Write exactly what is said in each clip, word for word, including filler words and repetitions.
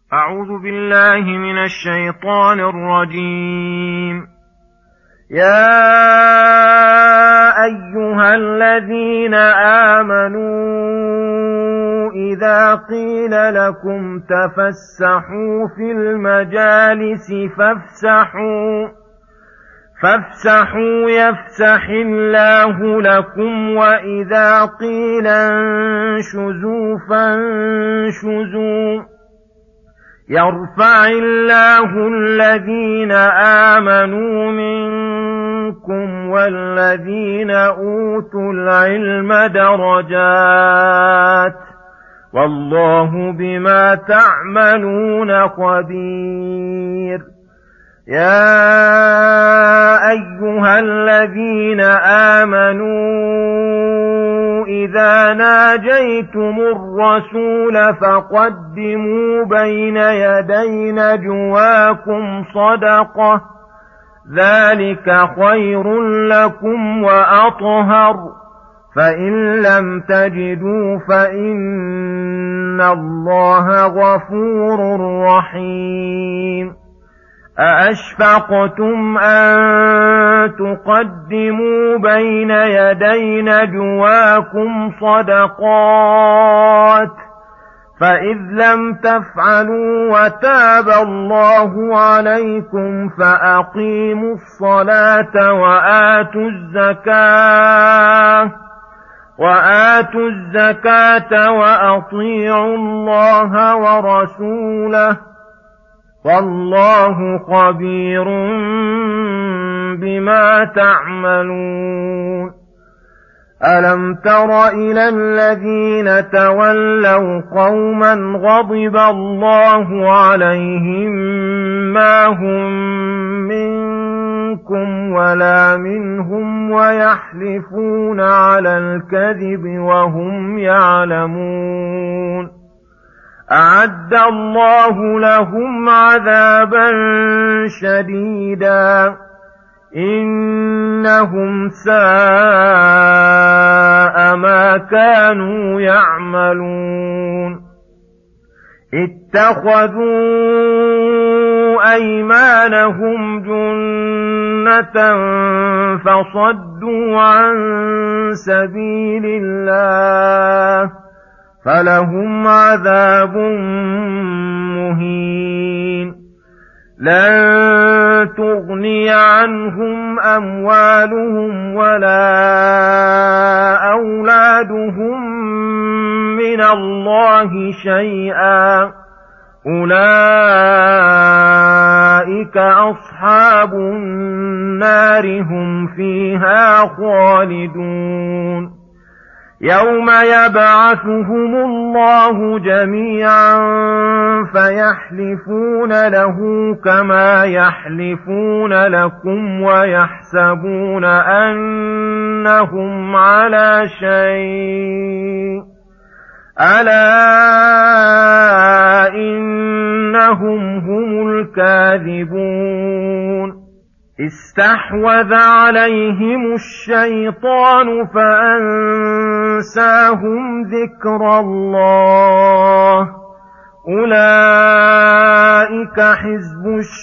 أعوذ بالله من الشيطان الرجيم. يا أيها الذين آمنوا إذا قيل لكم تفسحوا في المجالس فافسحوا فافسحوا يفسح الله لكم، وإذا قيل انشزوا فانشزوا يرفع الله الذين آمنوا منكم والذين أوتوا العلم درجات، والله بما تعملون خبير. يا أيها الذين آمنوا إذا ناجيتم الرسول فقدموا بين يدي نجواكم صدقة، ذلك خير لكم وأطهر، فإن لم تجدوا فإن الله غفور رحيم. أأشفقتم أن تقدموا بين يدي نجواكم صدقات، فإذ لم تفعلوا وتاب الله عليكم فأقيموا الصلاة وآتوا الزكاة وآتوا الزكاة وأطيعوا الله ورسوله، والله خبير بما تعملون. ألم تر إلى الذين تولوا قوما غضب الله عليهم ما هم منكم ولا منهم ويحلفون على الكذب وهم يعلمون، أعد الله لهم عذابا شديدا إنهم ساء ما كانوا يعملون. اتخذوا أيمانهم جنة فصدوا عن سبيل الله فلهم عذاب مهين. لن تغني عنهم أموالهم ولا أولادهم من الله شيئا، أولئك أصحاب النار هم فيها خالدون. يوم يبعثهم الله جميعا فيحلفون له كما يحلفون لكم ويحسبون أنهم على شيء، ألا إنهم هم الكاذبون. استحوذ عليهم الشيطان فأنساهم ذكر الله، أولئك حزب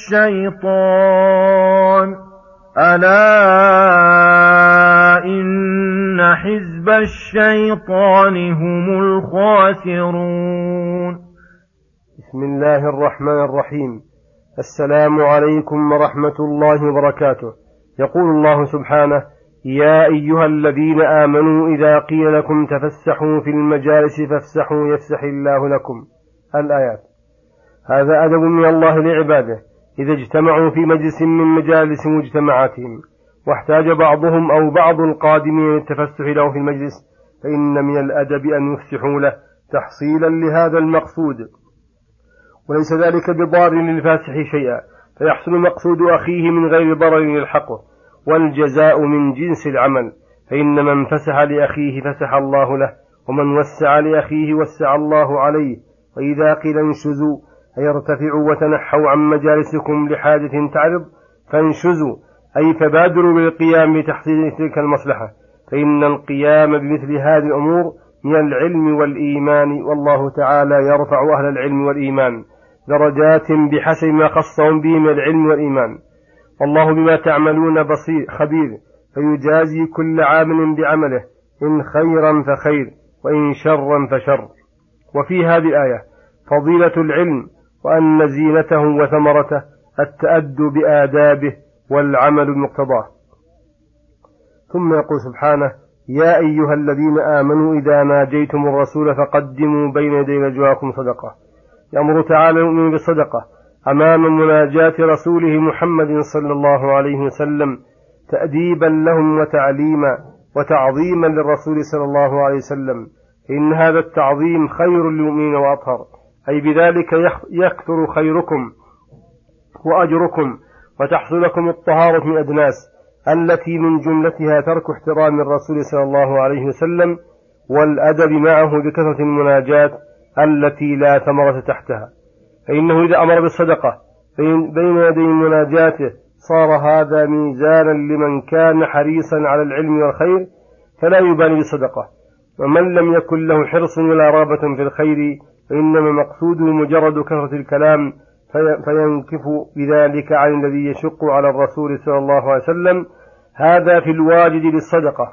الشيطان، ألا إن حزب الشيطان هم الخاسرون. بسم الله الرحمن الرحيم. السلام عليكم ورحمة الله وبركاته. يقول الله سبحانه: يا أيها الذين آمنوا إذا قيل لكم تفسحوا في المجالس فافسحوا يفسح الله لكم. الآيات. هذا أدب من الله لعباده إذا اجتمعوا في مجلس من مجالس مجتمعاتهم، واحتاج بعضهم أو بعض القادمين للتفسح له في المجلس، فإن من الأدب أن يفسحوا له تحصيلا لهذا المقصود، وليس ذلك بضار للفاسح شيئا، فيحصل مقصود أخيه من غير ضرر يلحقه، والجزاء من جنس العمل، فإن من فسح لأخيه فسح الله له، ومن وسع لأخيه وسع الله عليه. وإذا قيل انشزوا أي ارتفعوا وتنحوا عن مجالسكم لحاجة تعرض، فانشزوا أي فبادروا بالقيام لتحصيل تلك المصلحة، فإن القيام بمثل هذه الأمور من العلم والإيمان، والله تعالى يرفع أهل العلم والإيمان، درجات بحسب ما خصهم به من العلم والإيمان. والله بما تعملون بصير خبير، فيجازي كل عامل بعمله، إن خيرا فخير وإن شرا فشر. وفي هذه الآية فضيلة العلم، وأن زينته وثمرته التأدب بآدابه والعمل بمقتضاه. ثم يقول سبحانه: يا أيها الذين آمنوا إذا ناجيتم الرسول فقدموا بين يدي نجواكم صدقة. يأمر تعالى المؤمنين بالصدقة أمام مناجاة رسوله محمد صلى الله عليه وسلم، تأديبا لهم وتعليما وتعظيما للرسول صلى الله عليه وسلم، إن هذا التعظيم خير للمؤمنين وأطهر، أي بذلك يكثر خيركم وأجركم، وتحصل لكم الطهارة من الأدناس التي من جملتها ترك احترام الرسول صلى الله عليه وسلم والأدب معه بكثرة المناجات التي لا ثمرة تحتها. فإنه إذا أمر بالصدقة بين يدي مناجاته صار هذا ميزانا لمن كان حريصا على العلم والخير فلا يبالي بالصدقة، ومن لم يكن له حرص ولا رغبة في الخير فإنما مقصوده مجرد كثرة الكلام فينكف بذلك عن الذي يشق على الرسول صلى الله عليه وسلم. هذا في الواجد للصدقة.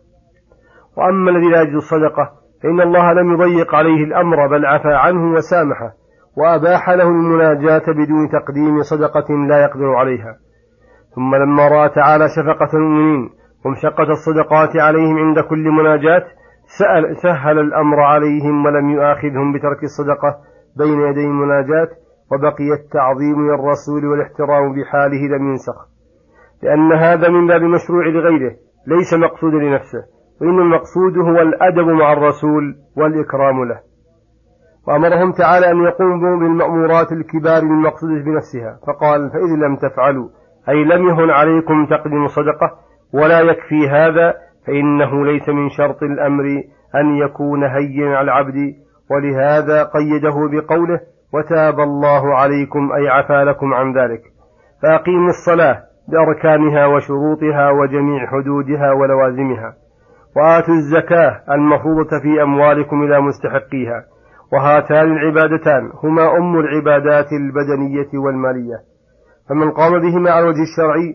وأما الذي لا يجد الصدقة فإن الله لم يضيق عليه الأمر، بل عفى عنه وسامحه، وأباح له المناجاة بدون تقديم صدقة لا يقدر عليها. ثم لما رأى تعالى شفقة المؤمنين ومشقة الصدقات عليهم عند كل مناجاة سأل سهل الأمر عليهم ولم يؤاخذهم بترك الصدقة بين يدي المناجاة، وبقي التعظيم للرسول والاحترام بحاله لم ينسخ، لأن هذا من باب مشروع لغيره ليس مقصود لنفسه، وإن المقصود هو الأدب مع الرسول والإكرام له. وأمرهم تعالى أن يقوموا بالمأمورات الكبار المقصودة بنفسها، فقال: فإذ لم تفعلوا، أي لم يهن عليكم تقديم صدقة، ولا يكفي هذا، فإنه ليس من شرط الأمر أن يكون هينا على العبد، ولهذا قيده بقوله: وتاب الله عليكم، أي عفى لكم عن ذلك. فأقيموا الصلاة بأركانها وشروطها وجميع حدودها ولوازمها، وآتوا الزكاة المفروضة في أموالكم إلى مستحقيها، وهاتان العبادتان هما أم العبادات البدنية والمالية، فمن قام بهما على الوجه الشرعي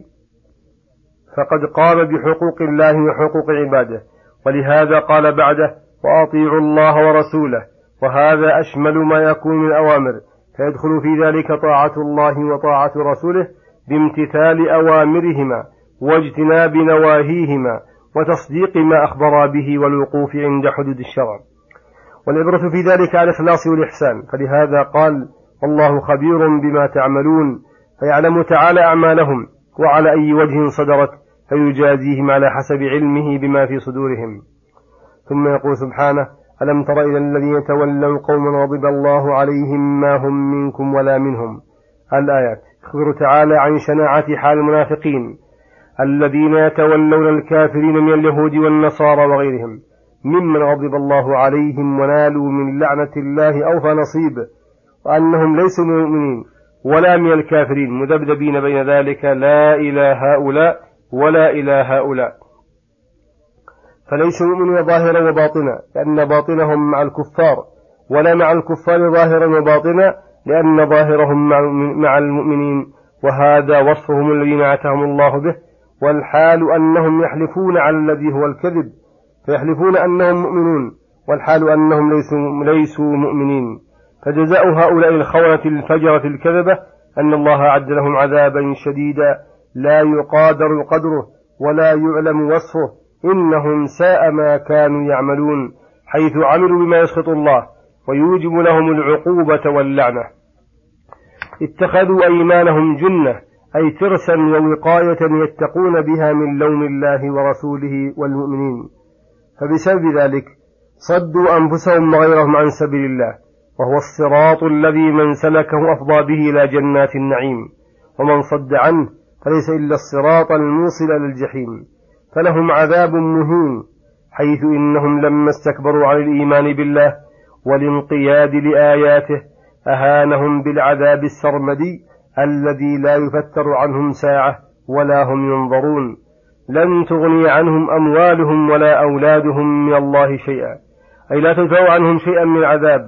فقد قام بحقوق الله وحقوق عباده. ولهذا قال بعده: وأطيعوا الله ورسوله، وهذا أشمل ما يكون من الأوامر، فيدخل في ذلك طاعة الله وطاعة رسوله بامتثال أوامرهما واجتناب نواهيهما وتصديق ما أخبر به والوقوف عند حدود الشرع. والعبرة في ذلك على الإخلاص والإحسان، فلهذا قال: والله خبير بما تعملون، فيعلم تعالى أعمالهم وعلى أي وجه صدرت، فيجازيهم على حسب علمه بما في صدورهم. ثم يقول سبحانه: ألم تر إلى الذين تولوا قوما غضب الله عليهم ما هم منكم ولا منهم. الآيات يخبر تعالى عن شناعة حال المنافقين الذين يتولون الكافرين من اليهود والنصارى وغيرهم ممن غضب الله عليهم ونالوا من لعنة الله أوفى نصيب، وأنهم ليسوا من المؤمنين ولا من الكافرين مذبذبين بين ذلك لا إلى هؤلاء ولا إلى هؤلاء، فليسوا مؤمنين ظاهرا وباطنا لأن باطنهم مع الكفار، ولا مع الكفار ظاهرا وباطنا لأن ظاهرهم مع المؤمنين، وهذا وصفهم الذين نعتهم الله به. والحال أنهم يحلفون على الذي هو الكذب، فيحلفون أنهم مؤمنون والحال أنهم ليسوا, ليسوا مؤمنين. فجزاء هؤلاء الخونة الفجرة الكذبة أن الله أعد لهم عذابا شديدا لا يقادر قدره ولا يعلم وصفه، إنهم ساء ما كانوا يعملون، حيث عملوا بما يسخط الله ويوجب لهم العقوبة واللعنة. اتخذوا أيمانهم جنة، أي ترسا ووقاية يتقون بها من لوم الله ورسوله والمؤمنين، فبسبب ذلك صدوا أنفسهم وغيرهم عن سبيل الله، وهو الصراط الذي من سلكه أفضى به إلى جنات النعيم، ومن صد عنه فليس إلا الصراط الموصل للجحيم، فلهم عذاب مهين، حيث إنهم لما استكبروا عن الإيمان بالله والانقياد لآياته أهانهم بالعذاب السرمدي الذي لا يفتر عنهم ساعة ولا هم ينظرون. لن تغني عنهم أموالهم ولا أولادهم من الله شيئا، أي لا تدفع عنهم شيئا من العذاب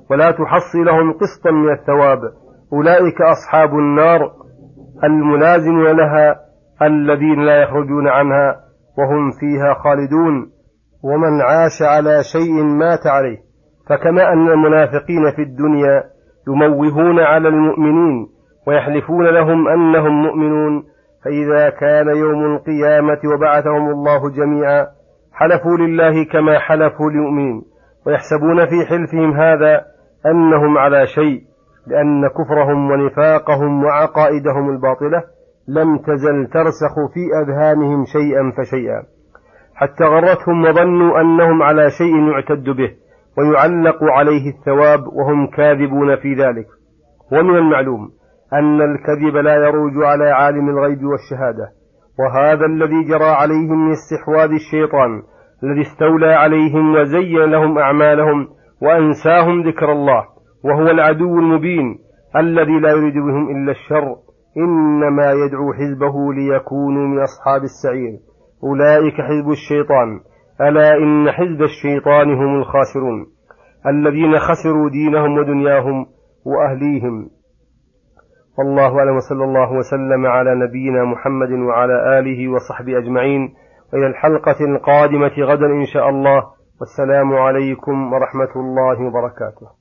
ولا تحصي لهم قسطا من الثواب. أولئك أصحاب النار الملازمون لها الذين لا يخرجون عنها وهم فيها خالدون. ومن عاش على شيء مات عليه. فكما أن المنافقين في الدنيا يموهون على المؤمنين ويحلفون لهم أنهم مؤمنون، فإذا كان يوم القيامة وبعثهم الله جميعا حلفوا لله كما حلفوا للمؤمنين، ويحسبون في حلفهم هذا أنهم على شيء، لأن كفرهم ونفاقهم وعقائدهم الباطلة لم تزل ترسخ في أذهانهم شيئا فشيئا، حتى غرتهم وظنوا أنهم على شيء يعتد به ويعلق عليه الثواب، وهم كاذبون في ذلك. ومن المعلوم أن الكذب لا يروج على عالم الغيب والشهادة، وهذا الذي جرى عليهم من استحواذ الشيطان الذي استولى عليهم وزين لهم أعمالهم وأنساهم ذكر الله، وهو العدو المبين الذي لا يريد بهم إلا الشر، إنما يدعو حزبه ليكونوا من أصحاب السعير. أولئك حزب الشيطان، ألا إن حزب الشيطان هم الخاسرون الذين خسروا دينهم ودنياهم وأهليهم. والله أعلم، وصلى الله وسلم على نبينا محمد وعلى آله وصحبه أجمعين، وإلى الحلقة القادمة غدا إن شاء الله، والسلام عليكم ورحمة الله وبركاته.